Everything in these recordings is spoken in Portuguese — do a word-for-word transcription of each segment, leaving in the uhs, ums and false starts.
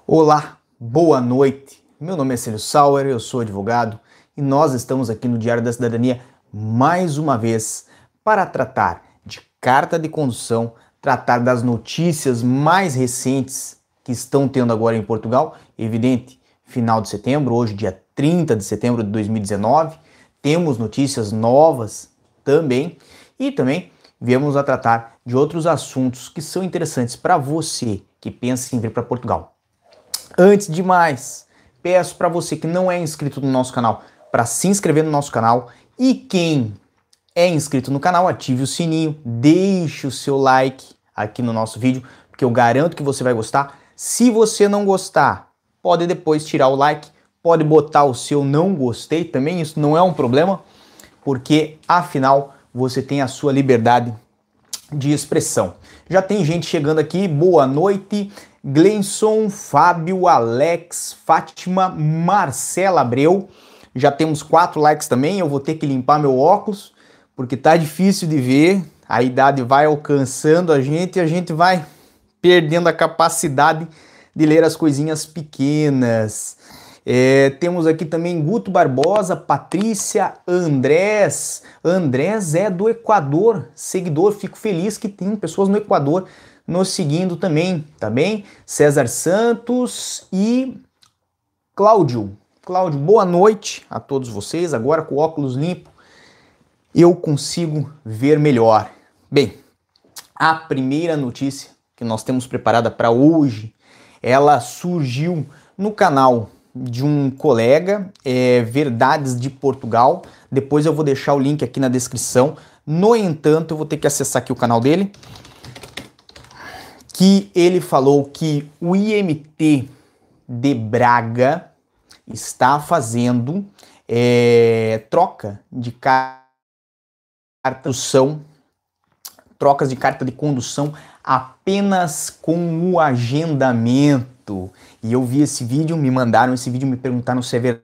Olá, boa noite. Meu nome é Célio Sauer, eu sou advogado e nós estamos aqui no Diário da Cidadania mais uma vez para tratar de carta de condução, tratar das notícias mais recentes que estão tendo agora em Portugal. Evidente, final de setembro, hoje dia trinta de setembro de dois mil e dezenove, temos notícias novas também e também viemos a tratar de outros assuntos que são interessantes para você que pensa em vir para Portugal. Antes de mais, peço para você que não é inscrito no nosso canal para se inscrever no nosso canal e quem é inscrito no canal, ative o sininho, deixe o seu like aqui no nosso vídeo, porque eu garanto que você vai gostar. Se você não gostar, pode depois tirar o like, pode botar o seu não gostei também, isso não é um problema, porque afinal você tem a sua liberdade de expressão. Já tem gente chegando aqui, boa noite. Gleison, Fábio, Alex, Fátima, Marcela Abreu. Já temos quatro likes também. Eu vou ter que limpar meu óculos, porque tá difícil de ver. A idade vai alcançando a gente e a gente vai perdendo a capacidade de ler as coisinhas pequenas. É, temos aqui também Guto Barbosa, Patrícia, Andrés. Andrés é do Equador, seguidor. Fico feliz que tem pessoas no Equador nos seguindo também, tá bem? César Santos e Cláudio. Cláudio, boa noite a todos vocês. Agora com o óculos limpo eu consigo ver melhor. Bem, a primeira notícia que nós temos preparada para hoje, ela surgiu no canal de um colega, é, Verdades de Portugal. Depois eu vou deixar o link aqui na descrição. No entanto, eu vou ter que acessar aqui o canal dele, que ele falou que o I M T de Braga está fazendo é, troca de carta de condução, trocas de carta de condução apenas com o agendamento. E eu vi esse vídeo, me mandaram esse vídeo, me perguntaram se é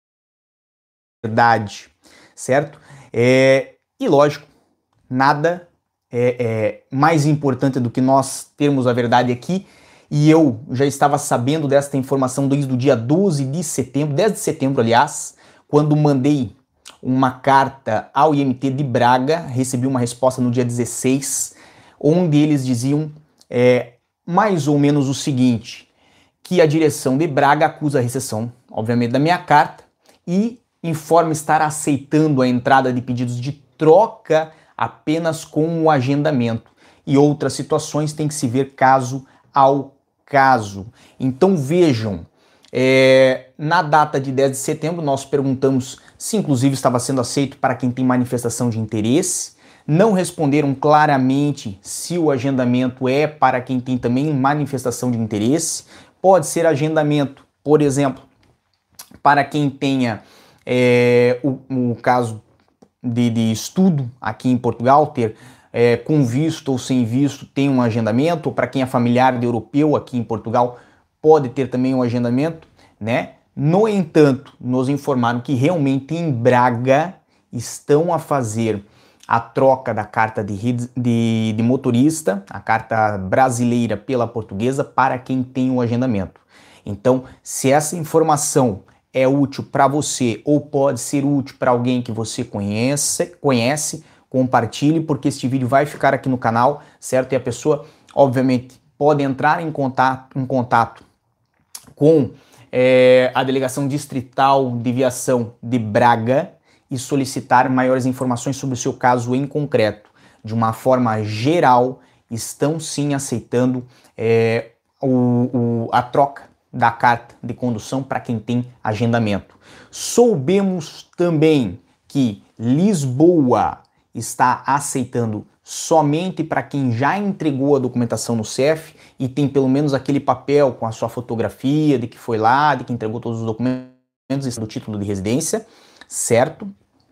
verdade, certo? É, e lógico, nada É, é, mais importante do que nós termos a verdade aqui, e eu já estava sabendo desta informação desde o dia doze de setembro, dez de setembro, aliás, quando mandei uma carta ao I M T de Braga, recebi uma resposta no dia dezesseis, onde eles diziam é, mais ou menos o seguinte, que a direção de Braga acusa a recepção, obviamente, da minha carta, e informa estar aceitando a entrada de pedidos de troca apenas com o agendamento, e outras situações tem que se ver caso ao caso. Então vejam, é, na data de dez de setembro nós perguntamos se inclusive estava sendo aceito para quem tem manifestação de interesse, não responderam claramente se o agendamento é para quem tem também manifestação de interesse. Pode ser agendamento, por exemplo, para quem tenha é, o, o caso De, de estudo aqui em Portugal, ter é, com visto ou sem visto, tem um agendamento, ou para quem é familiar de europeu aqui em Portugal, pode ter também um agendamento, né? No entanto, nos informaram que realmente em Braga estão a fazer a troca da carta de, de, de motorista, a carta brasileira pela portuguesa, para quem tem um agendamento. Então, se essa informação é útil para você ou pode ser útil para alguém que você conhece, conhece, compartilhe, porque este vídeo vai ficar aqui no canal, certo? E a pessoa, obviamente, pode entrar em contato, em contato com é, a Delegação Distrital de Viação de Braga e solicitar maiores informações sobre o seu caso em concreto. De uma forma geral, estão sim aceitando é, o, o, a troca da carta de condução para quem tem agendamento. Soubemos também que Lisboa está aceitando somente para quem já entregou a documentação no C E F e tem pelo menos aquele papel com a sua fotografia de que foi lá, de que entregou todos os documentos do título de residência, certo?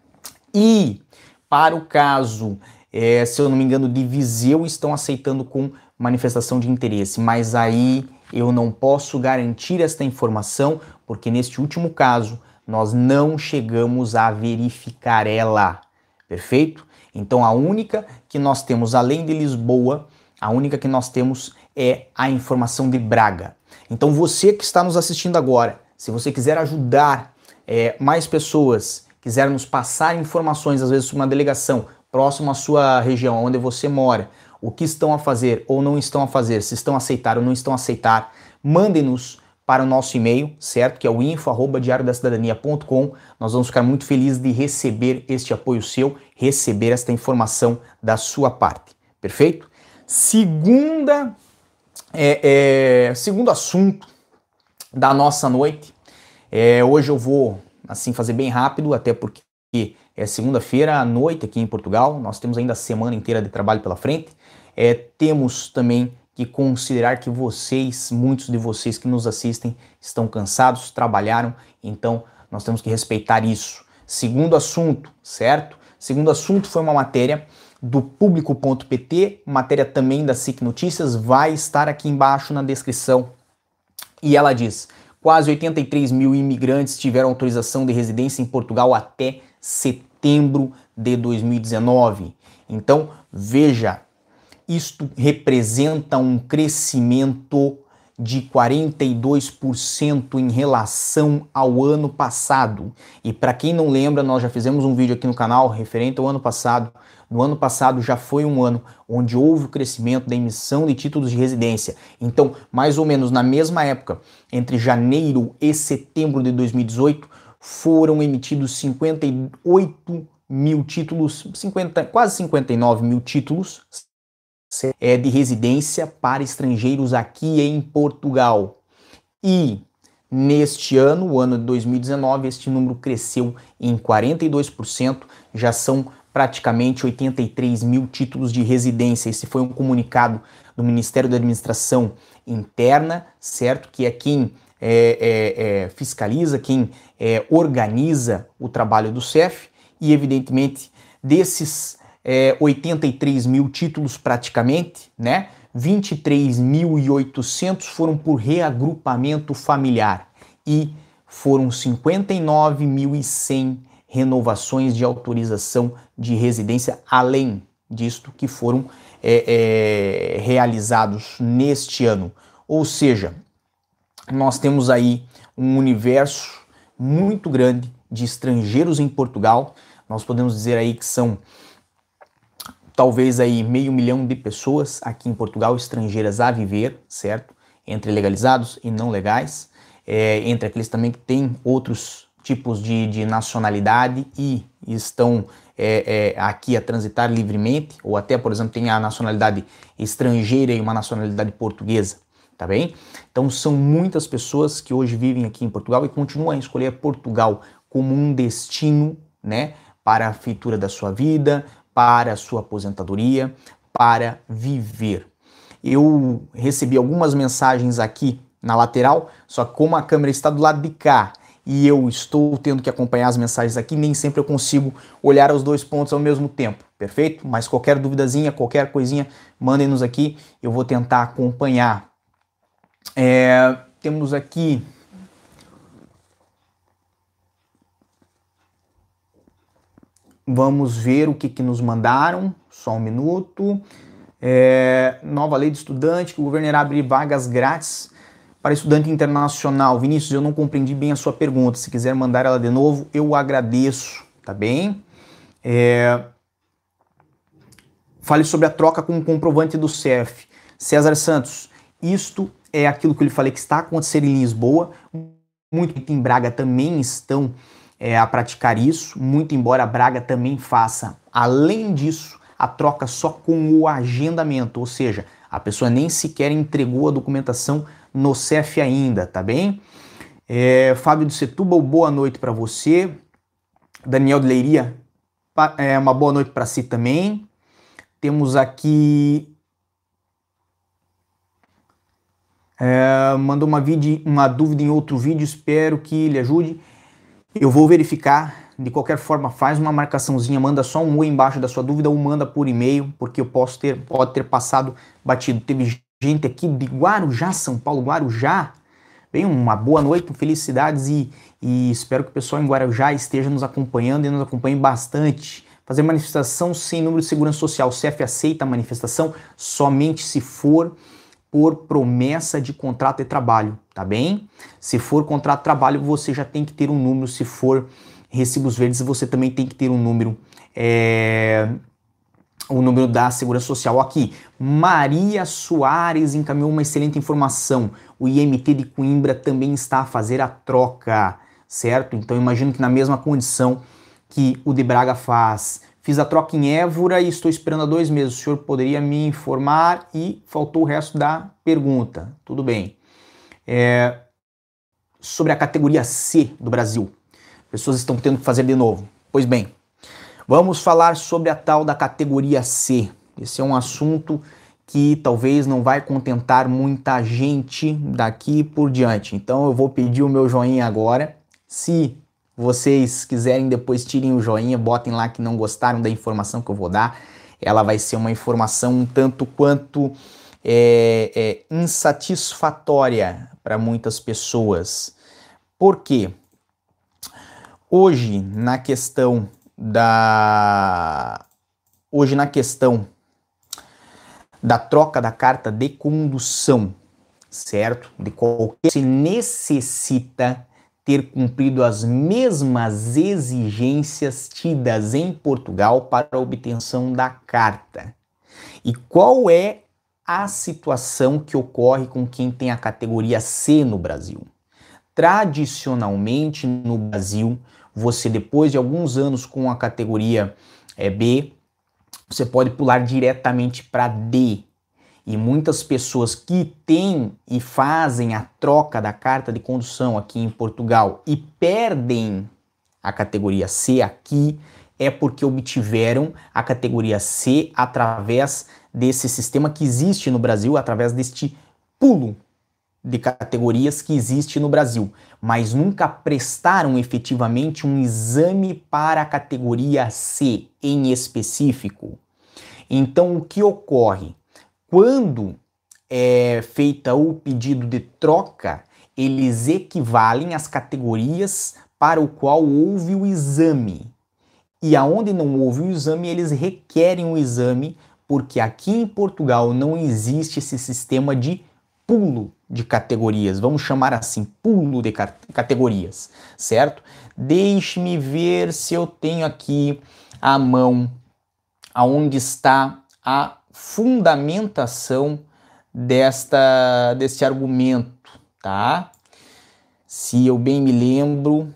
E para o caso, é, se eu não me engano, de Viseu, estão aceitando com manifestação de interesse, mas aí eu não posso garantir esta informação, porque neste último caso nós não chegamos a verificar ela, perfeito? Então a única que nós temos, além de Lisboa, a única que nós temos é a informação de Braga. Então você que está nos assistindo agora, se você quiser ajudar é, mais pessoas, quiser nos passar informações, às vezes sobre uma delegação próxima à sua região, onde você mora, o que estão a fazer ou não estão a fazer, se estão a aceitar ou não estão a aceitar, mandem-nos para o nosso e-mail, certo? Que é o info arroba diário da cidadania ponto com. Nós vamos ficar muito felizes de receber este apoio seu, receber esta informação da sua parte. Perfeito? Segunda, é, é, segundo assunto da nossa noite. É, hoje eu vou assim fazer bem rápido, até porque é segunda-feira à noite aqui em Portugal. Nós temos ainda a semana inteira de trabalho pela frente. É, temos também que considerar que vocês, muitos de vocês que nos assistem, estão cansados, trabalharam, então nós temos que respeitar isso. Segundo assunto, certo? Segundo assunto foi uma matéria do público ponto p t, matéria também da S I C Notícias, vai estar aqui embaixo na descrição. E ela diz: quase oitenta e três mil imigrantes tiveram autorização de residência em Portugal até setembro de dois mil e dezenove. Então, veja, isto representa um crescimento de quarenta e dois por cento em relação ao ano passado. E para quem não lembra, nós já fizemos um vídeo aqui no canal referente ao ano passado. No ano passado já foi um ano onde houve o crescimento da emissão de títulos de residência. Então, mais ou menos na mesma época, entre janeiro e setembro de dois mil e dezoito, foram emitidos cinquenta e oito mil títulos, cinquenta, quase cinquenta e nove mil títulos é, de residência para estrangeiros aqui em Portugal. E neste ano, o ano de dois mil e dezenove, este número cresceu em quarenta e dois por cento, já são praticamente oitenta e três mil títulos de residência. Esse foi um comunicado do Ministério da Administração Interna, certo? Que é quem é, é, é, fiscaliza, quem é, organiza o trabalho do C E F, e evidentemente desses é, oitenta e três mil títulos praticamente, né? vinte e três mil e oitocentos foram por reagrupamento familiar e foram cinquenta e nove mil e cem renovações de autorização de residência, além disto que foram é, é, realizados neste ano. Ou seja, nós temos aí um universo muito grande de estrangeiros em Portugal. Nós podemos dizer aí que são talvez aí meio milhão de pessoas aqui em Portugal, estrangeiras a viver, certo? Entre legalizados e não legais, é, entre aqueles também que têm outros tipos de, de nacionalidade e estão é, é, aqui a transitar livremente, ou até, por exemplo, tem a nacionalidade estrangeira e uma nacionalidade portuguesa, tá bem? Então são muitas pessoas que hoje vivem aqui em Portugal e continuam a escolher Portugal como um destino, né, para a feitura da sua vida, para a sua aposentadoria, para viver. Eu recebi algumas mensagens aqui na lateral, só que como a câmera está do lado de cá e eu estou tendo que acompanhar as mensagens aqui, nem sempre eu consigo olhar os dois pontos ao mesmo tempo, perfeito? Mas qualquer duvidazinha, qualquer coisinha, mandem-nos aqui, eu vou tentar acompanhar. É, temos aqui... Vamos ver o que, que nos mandaram, só um minuto. É, nova lei de estudante, que o governo irá abrir vagas grátis para estudante internacional. Vinícius, eu não compreendi bem a sua pergunta. Se quiser mandar ela de novo, eu agradeço, tá bem? É, fale sobre a troca com o comprovante do C E F. César Santos, isto é aquilo que eu lhe falei que está acontecendo em Lisboa. Muito em Braga também estão É, a praticar isso, muito embora Braga também faça, além disso, a troca só com o agendamento, ou seja, a pessoa nem sequer entregou a documentação no C E F ainda, tá bem? É, Fábio de Setúbal, boa noite para você. Daniel de Leiria, é, uma boa noite para si também. Temos aqui... É, mandou uma, vídeo, uma dúvida em outro vídeo, espero que lhe ajude. Eu vou verificar, de qualquer forma, faz uma marcaçãozinha, manda só um oi embaixo da sua dúvida ou manda por e-mail, porque eu posso ter, pode ter passado batido. Teve gente aqui de Guarujá, São Paulo, Guarujá. Bem, uma boa noite, felicidades e, e espero que o pessoal em Guarujá esteja nos acompanhando e nos acompanhe bastante. Fazer manifestação sem número de segurança social. O C E F aceita a manifestação somente se for por promessa de contrato de trabalho, tá bem? Se for contrato de trabalho, você já tem que ter um número. Se for recibos verdes, você também tem que ter um número, é, o número da Segurança Social. Aqui, Maria Soares encaminhou uma excelente informação. O I M T de Coimbra também está a fazer a troca, certo? Então, imagino que na mesma condição que o de Braga faz. Fiz a troca em Évora e estou esperando há dois meses. O senhor poderia me informar? E faltou o resto da pergunta. Tudo bem. É, sobre a categoria C do Brasil. Pessoas estão tendo que fazer de novo. Pois bem, vamos falar sobre a tal da categoria C. Esse é um assunto que talvez não vai contentar muita gente daqui por diante. Então eu vou pedir o meu joinha agora. Se vocês quiserem, depois tirem o joinha, botem lá que não gostaram da informação que eu vou dar. Ela vai ser uma informação um tanto quanto é, é, insatisfatória para muitas pessoas. Por quê? Hoje, na questão da... Hoje, na questão da troca da carta de condução, certo? De qualquer... Se necessita ter cumprido as mesmas exigências tidas em Portugal para a obtenção da carta. E qual é a situação que ocorre com quem tem a categoria C no Brasil? Tradicionalmente, no Brasil, você, depois de alguns anos com a categoria é, B, você pode pular diretamente para D. E muitas pessoas que têm e fazem a troca da carta de condução aqui em Portugal e perdem a categoria C aqui, é porque obtiveram a categoria C através desse sistema que existe no Brasil, através deste pulo de categorias que existe no Brasil, mas nunca prestaram efetivamente um exame para a categoria C em específico. Então, o que ocorre? Quando é feita o pedido de troca, eles equivalem às categorias para o qual houve o exame. E aonde não houve o exame, eles requerem o exame, porque aqui em Portugal não existe esse sistema de pulo de categorias, vamos chamar assim, pulo de categorias, certo? Deixe-me ver se eu tenho aqui à mão aonde está a fundamentação desta, deste argumento, tá? Se eu bem me lembro...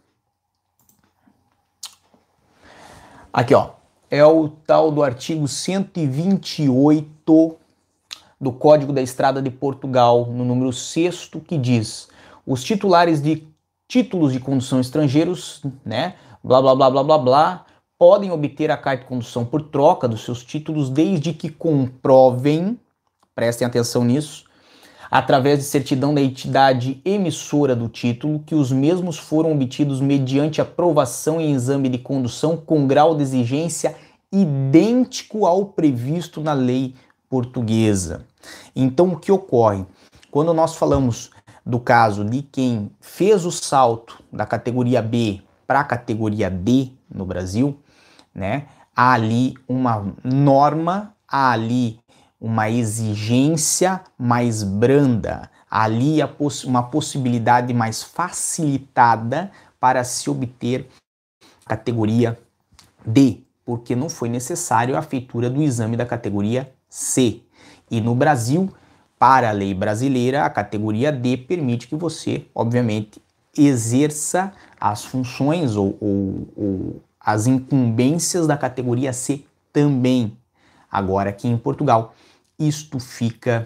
Aqui, ó, é o tal do artigo cento e vinte e oito do Código da Estrada de Portugal, no número sexto, que diz: os titulares de títulos de condução estrangeiros, né, blá, blá, blá, blá, blá, blá, podem obter a carta de condução por troca dos seus títulos desde que comprovem, prestem atenção nisso, através de certidão da entidade emissora do título, que os mesmos foram obtidos mediante aprovação em exame de condução com grau de exigência idêntico ao previsto na lei portuguesa. Então, o que ocorre? Quando nós falamos do caso de quem fez o salto da categoria B para a categoria D no Brasil, né, há ali uma norma, há ali uma exigência mais branda, há ali a poss- uma possibilidade mais facilitada para se obter a categoria D, porque não foi necessário a feitura do exame da categoria C. E no Brasil, para a lei brasileira, a categoria D permite que você, obviamente, exerça as funções ou, ou, ou as incumbências da categoria C também. Agora, aqui em Portugal, isto fica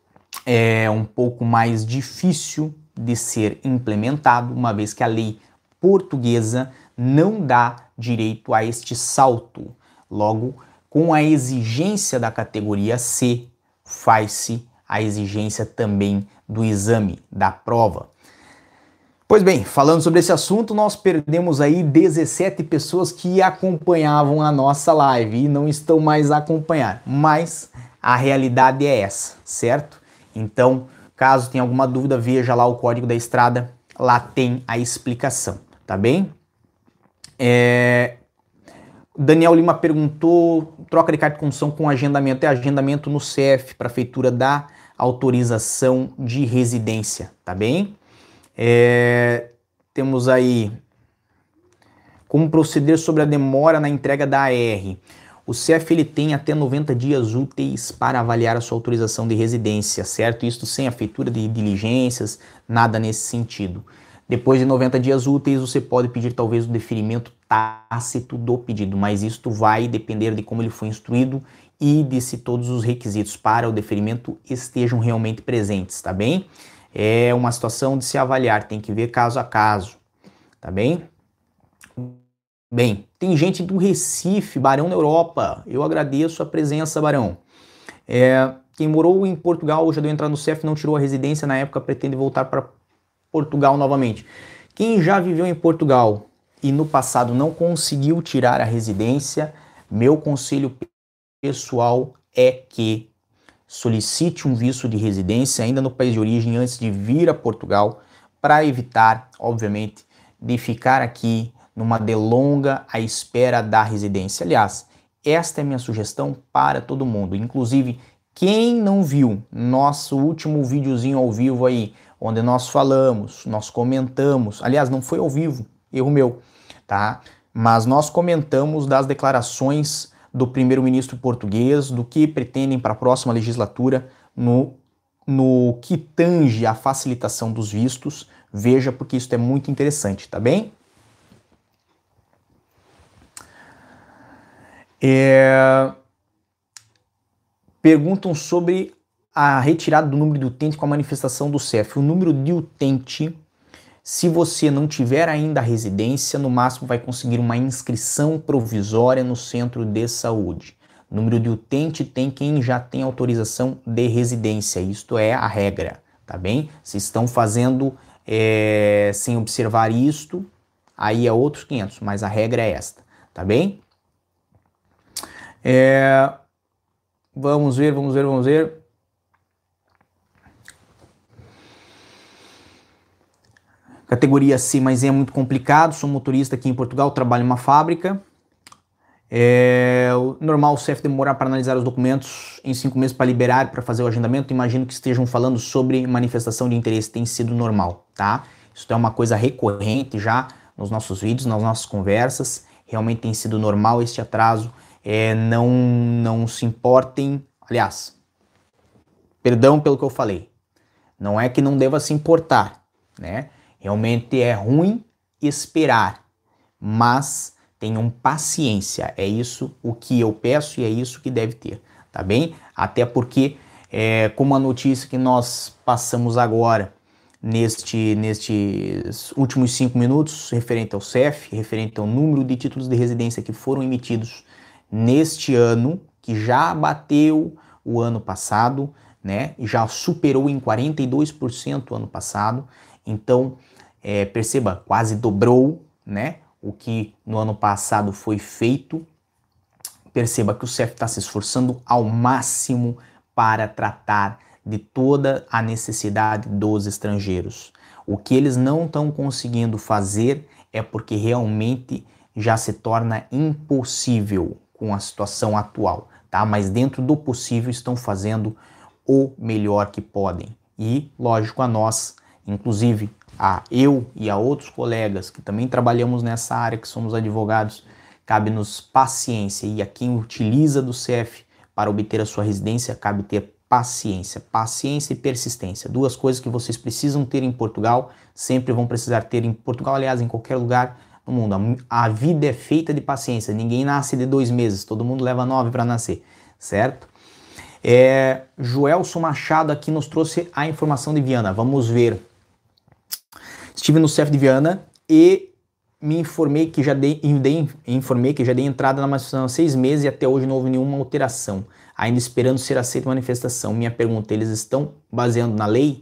é, um pouco mais difícil de ser implementado, uma vez que a lei portuguesa não dá direito a este salto. Logo, com a exigência da categoria C, faz-se a exigência também do exame, da prova. Pois bem, falando sobre esse assunto, nós perdemos aí dezessete pessoas que acompanhavam a nossa live e não estão mais a acompanhar, mas a realidade é essa, certo? Então, caso tenha alguma dúvida, veja lá o Código da Estrada, lá tem a explicação, tá bem? É... Daniel Lima perguntou, troca de carta de condução com agendamento, é agendamento no C E F para feitura da autorização de residência, tá bem? É, temos aí como proceder sobre a demora na entrega da A R. O C E F ele tem até noventa dias úteis para avaliar a sua autorização de residência, certo? Isto sem a feitura de diligências, nada nesse sentido. Depois de noventa dias úteis, você pode pedir talvez o deferimento tácito do pedido, mas isto vai depender de como ele foi instruído e de se todos os requisitos para o deferimento estejam realmente presentes, tá bem? É uma situação de se avaliar, tem que ver caso a caso, tá bem? Bem, tem gente do Recife, Barão na Europa. Eu agradeço a presença, Barão. É, quem morou em Portugal já deu entrada no C E F, não tirou a residência na época, pretende voltar para Portugal novamente. Quem já viveu em Portugal e no passado não conseguiu tirar a residência, meu conselho pessoal é que solicite um visto de residência ainda no país de origem antes de vir a Portugal, para evitar, obviamente, de ficar aqui numa delonga à espera da residência. Aliás, esta é a minha sugestão para todo mundo. Inclusive, quem não viu nosso último videozinho ao vivo aí, onde nós falamos, nós comentamos, aliás, não foi ao vivo, erro meu, tá? Mas nós comentamos das declarações do primeiro-ministro português, do que pretendem para a próxima legislatura no, no que tange a facilitação dos vistos. Veja, porque isso é muito interessante, tá bem? É... Perguntam sobre a retirada do número de utente com a manifestação do C E F. O número de utente, se você não tiver ainda a residência, no máximo vai conseguir uma inscrição provisória no centro de saúde. O número de utente tem quem já tem autorização de residência, isto é a regra, tá bem? Se estão fazendo é, sem observar isto, aí é outros quinhentos, mas a regra é esta, tá bem? É, vamos ver, vamos ver, vamos ver. Categoria C, mas é muito complicado. Sou motorista aqui em Portugal, trabalho em uma fábrica. É normal o C E F demorar para analisar os documentos em cinco meses para liberar, para fazer o agendamento. Imagino que estejam falando sobre manifestação de interesse, tem sido normal, tá? Isso é uma coisa recorrente já nos nossos vídeos, nas nossas conversas. Realmente tem sido normal este atraso. É, não, não se importem, aliás, perdão pelo que eu falei, não é que não deva se importar, né? Realmente é ruim esperar, mas tenham paciência, é isso o que eu peço e é isso que deve ter, tá bem? Até porque, é, como a notícia que nós passamos agora, neste, nestes últimos cinco minutos, referente ao C E F, referente ao número de títulos de residência que foram emitidos neste ano, que já bateu o ano passado, né? Já superou em quarenta e dois por cento o ano passado. Então, é, perceba, quase dobrou, né? O que no ano passado foi feito. Perceba que o C E F está se esforçando ao máximo para tratar de toda a necessidade dos estrangeiros. O que eles não estão conseguindo fazer é porque realmente já se torna impossível com a situação atual, tá? Mas dentro do possível estão fazendo o melhor que podem. E, lógico, a nós, inclusive a eu e a outros colegas que também trabalhamos nessa área, que somos advogados, cabe-nos paciência. E a quem utiliza do C E F para obter a sua residência, cabe ter paciência. Paciência e persistência. Duas coisas que vocês precisam ter em Portugal, sempre vão precisar ter em Portugal, aliás, em qualquer lugar no mundo. A vida é feita de paciência, ninguém nasce de dois meses, todo mundo leva nove para nascer, certo? É, Joelson Machado aqui nos trouxe a informação de Viana, vamos ver. Estive no C E F de Viana e me informei que já dei, dei, informei que já dei entrada na manifestação há seis meses e até hoje não houve nenhuma alteração, ainda esperando ser aceita a manifestação. Minha pergunta, eles estão baseando na lei?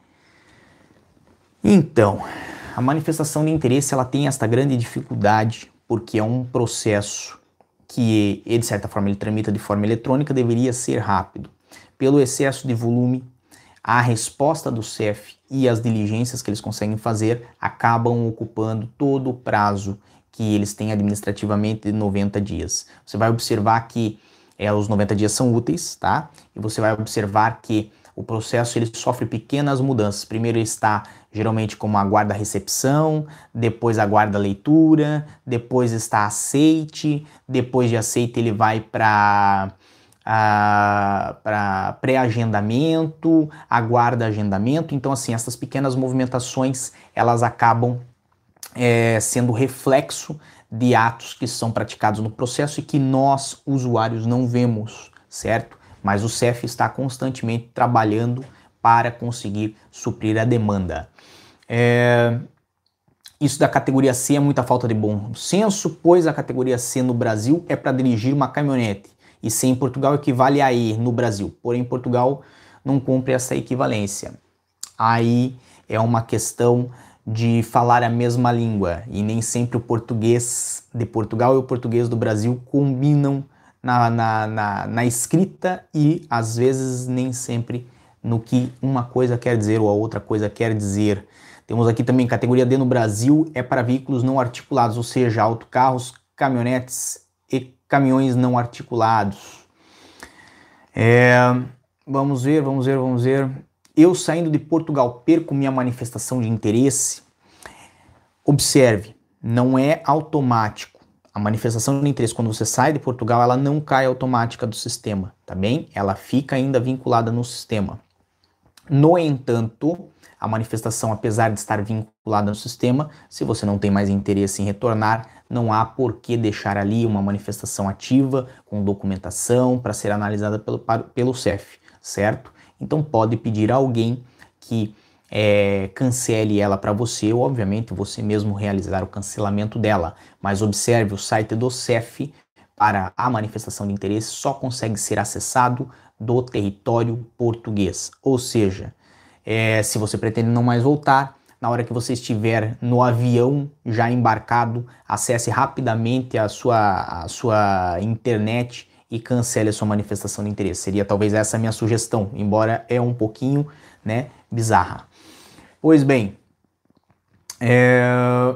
Então, a manifestação de interesse ela tem esta grande dificuldade porque é um processo que, de certa forma, ele tramita de forma eletrônica, deveria ser rápido. Pelo excesso de volume, a resposta do C E F e as diligências que eles conseguem fazer acabam ocupando todo o prazo que eles têm administrativamente de noventa dias. Você vai observar que é, os noventa dias são úteis, tá? E você vai observar que o processo ele sofre pequenas mudanças. Primeiro ele está geralmente como aguarda recepção, depois aguarda leitura, depois está aceite, depois de aceite ele vai para para pré-agendamento, aguarda agendamento. Então assim, essas pequenas movimentações elas acabam é, sendo reflexo de atos que são praticados no processo e que nós, usuários, não vemos, certo? Mas o C E F está constantemente trabalhando para conseguir suprir a demanda. É... Isso da categoria C é muita falta de bom senso, pois a categoria C no Brasil é para dirigir uma caminhonete e C em Portugal equivale a E no Brasil, porém Portugal não cumpre essa equivalência. Aí é uma questão de falar a mesma língua e nem sempre o português de Portugal e o português do Brasil combinam na, na, na, na escrita e às vezes nem sempre no que uma coisa quer dizer ou a outra coisa quer dizer. Temos aqui também categoria D no Brasil, é para veículos não articulados, ou seja, autocarros, caminhonetes e caminhões não articulados. É, vamos ver, vamos ver, vamos ver. Eu saindo de Portugal perco minha manifestação de interesse? Observe, não é automático. A manifestação de interesse, quando você sai de Portugal, ela não cai automática do sistema, tá bem? Ela fica ainda vinculada no sistema. No entanto, a manifestação, apesar de estar vinculada no sistema, se você não tem mais interesse em retornar, não há por que deixar ali uma manifestação ativa, com documentação, para ser analisada pelo, pelo C E F, certo? Então pode pedir a alguém que é, cancele ela para você, ou obviamente você mesmo realizar o cancelamento dela. Mas observe, o site do C E F para a manifestação de interesse só consegue ser acessado do território português. Ou seja, é, se você pretende não mais voltar, na hora que você estiver no avião já embarcado, acesse rapidamente a sua, a sua internet e cancele a sua manifestação de interesse. Seria talvez essa a minha sugestão, embora é um pouquinho, né, bizarra. Pois bem, é...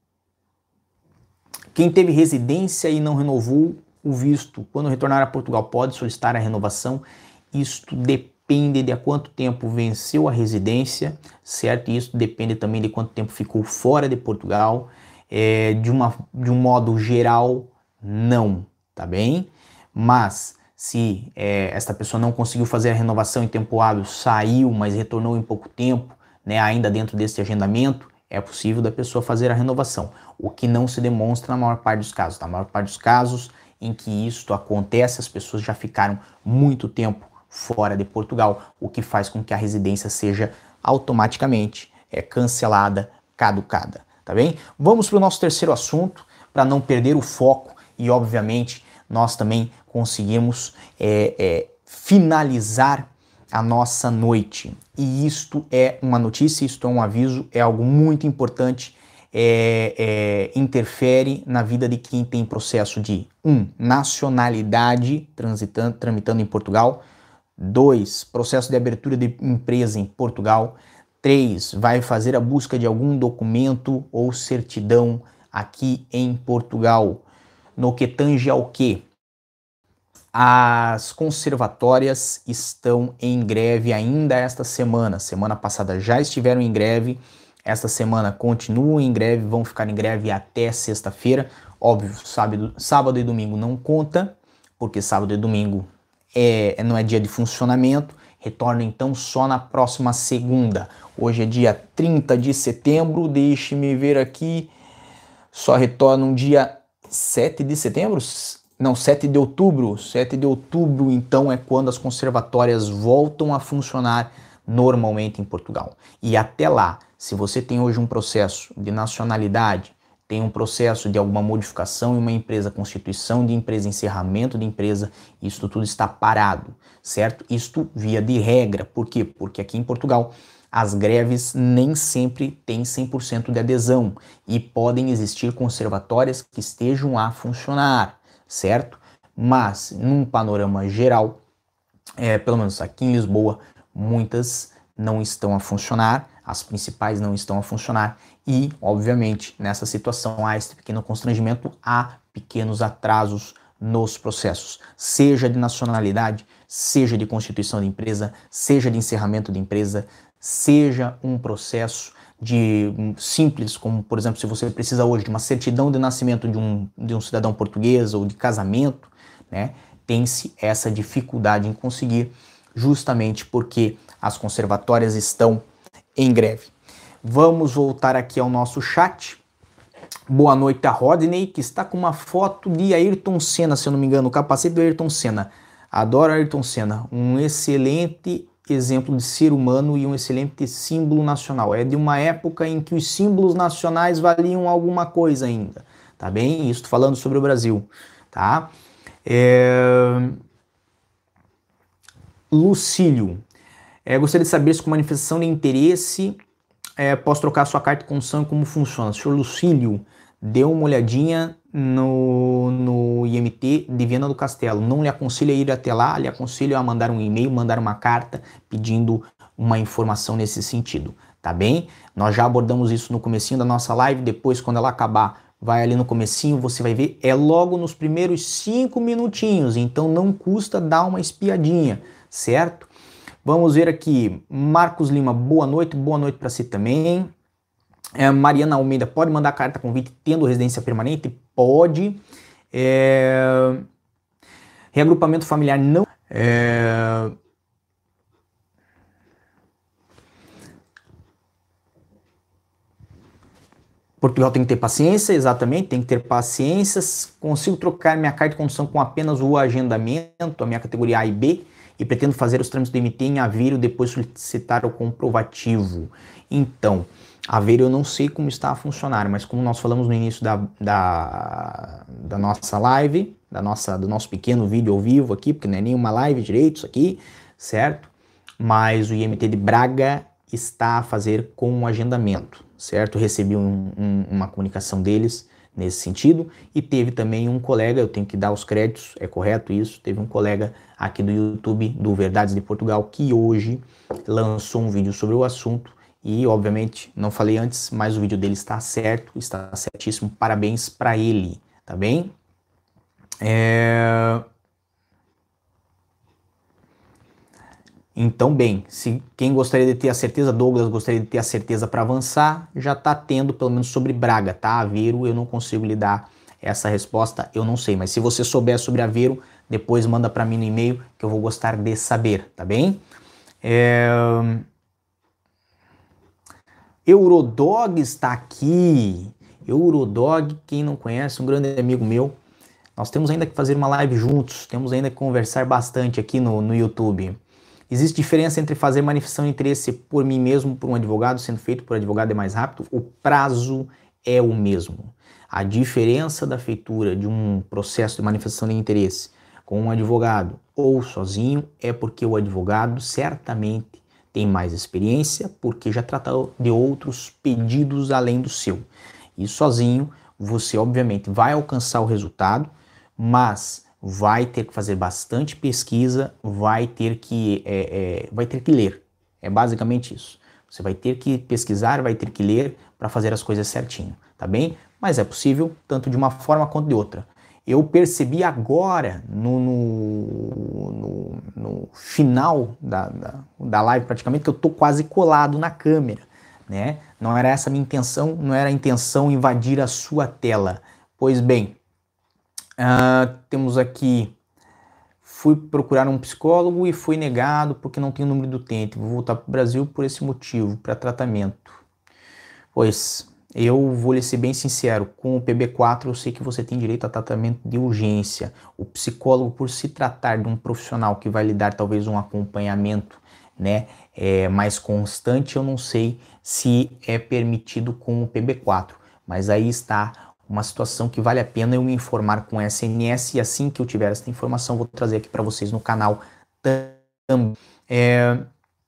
quem teve residência e não renovou o visto, quando retornar a Portugal, pode solicitar a renovação. Isto depende de há quanto tempo venceu a residência, certo? E isso depende também de quanto tempo ficou fora de Portugal. É, de, uma, de um modo geral, não, tá bem? Mas se é, esta pessoa não conseguiu fazer a renovação em tempo hábil, saiu, mas retornou em pouco tempo, né, ainda dentro desse agendamento, é possível da pessoa fazer a renovação, o que não se demonstra na maior parte dos casos. Na maior parte dos casos em que isto acontece, as pessoas já ficaram muito tempo fora de Portugal, o que faz com que a residência seja automaticamente é, cancelada, caducada, tá bem? Vamos para o nosso terceiro assunto, para não perder o foco e, obviamente, nós também conseguimos é, é, finalizar a nossa noite. E isto é uma notícia, isto é um aviso, é algo muito importante, é, é, interfere na vida de quem tem processo de um, nacionalidade transitando, tramitando em Portugal, dois, processo de abertura de empresa em Portugal, três, vai fazer a busca de algum documento ou certidão aqui em Portugal. No que tange ao quê? As conservatórias estão em greve ainda esta semana. Semana passada já estiveram em greve, esta semana continuam em greve, vão ficar em greve até sexta-feira. Óbvio, sábado, sábado e domingo não conta, porque sábado e domingo é, não é dia de funcionamento. Retorna então só na próxima segunda. Hoje é dia trinta de setembro, deixe-me ver aqui. Só retorna um dia sete de setembro? Não, sete de outubro. sete de outubro, então, é quando as conservatórias voltam a funcionar normalmente em Portugal. E até lá, se você tem hoje um processo de nacionalidade, tem um processo de alguma modificação em uma empresa, constituição de empresa, encerramento de empresa, isso tudo está parado, certo? Isto via de regra. Por quê? Porque aqui em Portugal as greves nem sempre têm cem por cento de adesão e podem existir conservatórias que estejam a funcionar, certo? Mas, num panorama geral, é, pelo menos aqui em Lisboa, muitas não estão a funcionar, as principais não estão a funcionar e, obviamente, nessa situação há este pequeno constrangimento, há pequenos atrasos nos processos, seja de nacionalidade, seja de constituição de empresa, seja de encerramento de empresa, seja um processo de um, simples, como por exemplo, se você precisa hoje de uma certidão de nascimento de um, de um cidadão português ou de casamento, né, tem-se essa dificuldade em conseguir, justamente porque as conservatórias estão em greve. Vamos voltar aqui ao nosso chat. Boa noite a Rodney, que está com uma foto de Ayrton Senna, se eu não me engano, o capacete do Ayrton Senna. Adoro Ayrton Senna, um excelente exemplo de ser humano e um excelente símbolo nacional. É de uma época em que os símbolos nacionais valiam alguma coisa ainda, tá bem? Isso falando sobre o Brasil, tá? É... Lucílio, é, gostaria de saber se com manifestação de interesse é, posso trocar sua carta de condução e como funciona. Senhor Lucílio, dê uma olhadinha no, no I M T de Viana do Castelo. Não lhe aconselho a ir até lá, lhe aconselho a mandar um e-mail, mandar uma carta pedindo uma informação nesse sentido, tá bem? Nós já abordamos isso no comecinho da nossa live, depois quando ela acabar, vai ali no comecinho, você vai ver, é logo nos primeiros cinco minutinhos, então não custa dar uma espiadinha, certo? Vamos ver aqui, Marcos Lima, boa noite, boa noite para si também. É, Mariana Almeida, pode mandar carta convite tendo residência permanente? Pode. É... Reagrupamento familiar não. É... Portugal tem que ter paciência, exatamente, tem que ter paciência. Consigo trocar minha carta de condução com apenas o agendamento, a minha categoria A e B, e pretendo fazer os trâmites do M T em Aveiro, depois solicitar o comprovativo. Então, Aveiro eu não sei como está a funcionar, mas como nós falamos no início da, da, da nossa live, da nossa, do nosso pequeno vídeo ao vivo aqui, porque não é nenhuma live direito isso aqui, certo? Mas o I M T de Braga está a fazer com um agendamento, certo? Recebi um, um, uma comunicação deles nesse sentido, e teve também um colega, eu tenho que dar os créditos, é correto isso, teve um colega aqui do YouTube, do Verdades de Portugal, que hoje lançou um vídeo sobre o assunto, e obviamente, não falei antes, mas o vídeo dele está certo, está certíssimo, parabéns para ele, tá bem? É... Então, bem, se quem gostaria de ter a certeza, Douglas gostaria de ter a certeza para avançar, já está tendo pelo menos sobre Braga, tá? Aveiro, eu não consigo lhe dar essa resposta, eu não sei, mas se você souber sobre Aveiro, depois manda para mim no e-mail que eu vou gostar de saber, tá bem? É... Eurodog está aqui, Eurodog, quem não conhece, um grande amigo meu, nós temos ainda que fazer uma live juntos, temos ainda que conversar bastante aqui no, no YouTube. Existe diferença entre fazer manifestação de interesse por mim mesmo, por um advogado, sendo feito por advogado é mais rápido? O prazo é o mesmo. A diferença da feitura de um processo de manifestação de interesse com um advogado ou sozinho é porque o advogado certamente tem mais experiência, porque já tratou de outros pedidos além do seu. E sozinho você obviamente vai alcançar o resultado, mas vai ter que fazer bastante pesquisa, vai ter que, é, é, vai ter que ler. É basicamente isso. Você vai ter que pesquisar, vai ter que ler para fazer as coisas certinho, tá bem? Mas é possível, tanto de uma forma quanto de outra. Eu percebi agora, no, no, no, no final da, da, da live praticamente, que eu tô quase colado na câmera, né? Não era essa a minha intenção, não era a intenção invadir a sua tela. Pois bem, Uh, temos aqui, fui procurar um psicólogo e fui negado porque não tenho o número do utente. Vou voltar para o Brasil por esse motivo, para tratamento. Pois, eu vou lhe ser bem sincero, com o P B quatro eu sei que você tem direito a tratamento de urgência. O psicólogo, por se tratar de um profissional que vai lhe dar talvez um acompanhamento, né, é, mais constante, eu não sei se é permitido com o P B quatro. Mas aí está uma situação que vale a pena eu me informar com S N S, e assim que eu tiver essa informação vou trazer aqui para vocês no canal também. É...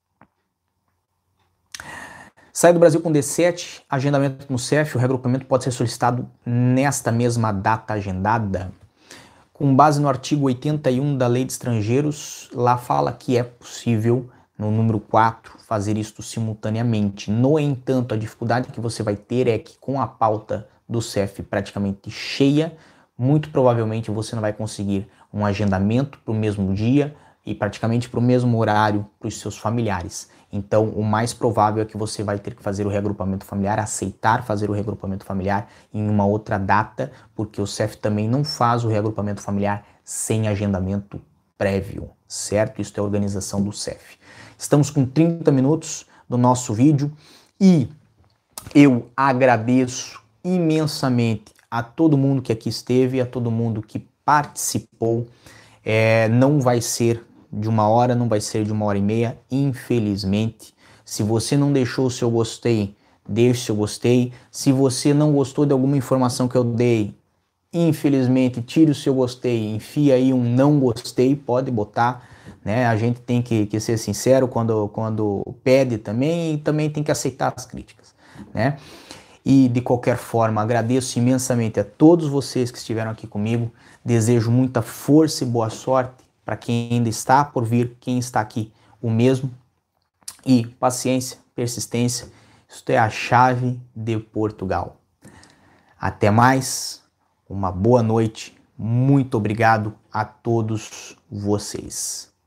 Sai do Brasil com D sete, agendamento no C E F, o reagrupamento pode ser solicitado nesta mesma data agendada. Com base no artigo oitenta e um da Lei de Estrangeiros, lá fala que é possível, no número quatro, fazer isto simultaneamente. No entanto, a dificuldade que você vai ter é que com a pauta do C E F praticamente cheia, muito provavelmente você não vai conseguir um agendamento para o mesmo dia e praticamente para o mesmo horário para os seus familiares. Então, o mais provável é que você vai ter que fazer o reagrupamento familiar, aceitar fazer o reagrupamento familiar em uma outra data, porque o C E F também não faz o reagrupamento familiar sem agendamento prévio, certo? Isso é a organização do C E F. Estamos com trinta minutos do nosso vídeo e eu agradeço imensamente a todo mundo que aqui esteve, a todo mundo que participou. É, não vai ser de uma hora, não vai ser de uma hora e meia, infelizmente. Se você não deixou o seu gostei, deixe o seu gostei. Se você não gostou de alguma informação que eu dei, infelizmente, tire o seu gostei, enfia aí um não gostei, pode botar, né? A gente tem que, que ser sincero quando, quando pede também, e também tem que aceitar as críticas, né? E de qualquer forma, agradeço imensamente a todos vocês que estiveram aqui comigo, desejo muita força e boa sorte para quem ainda está por vir, quem está aqui, o mesmo, e paciência, persistência, isso é a chave de Portugal. Até mais, uma boa noite, muito obrigado a todos vocês.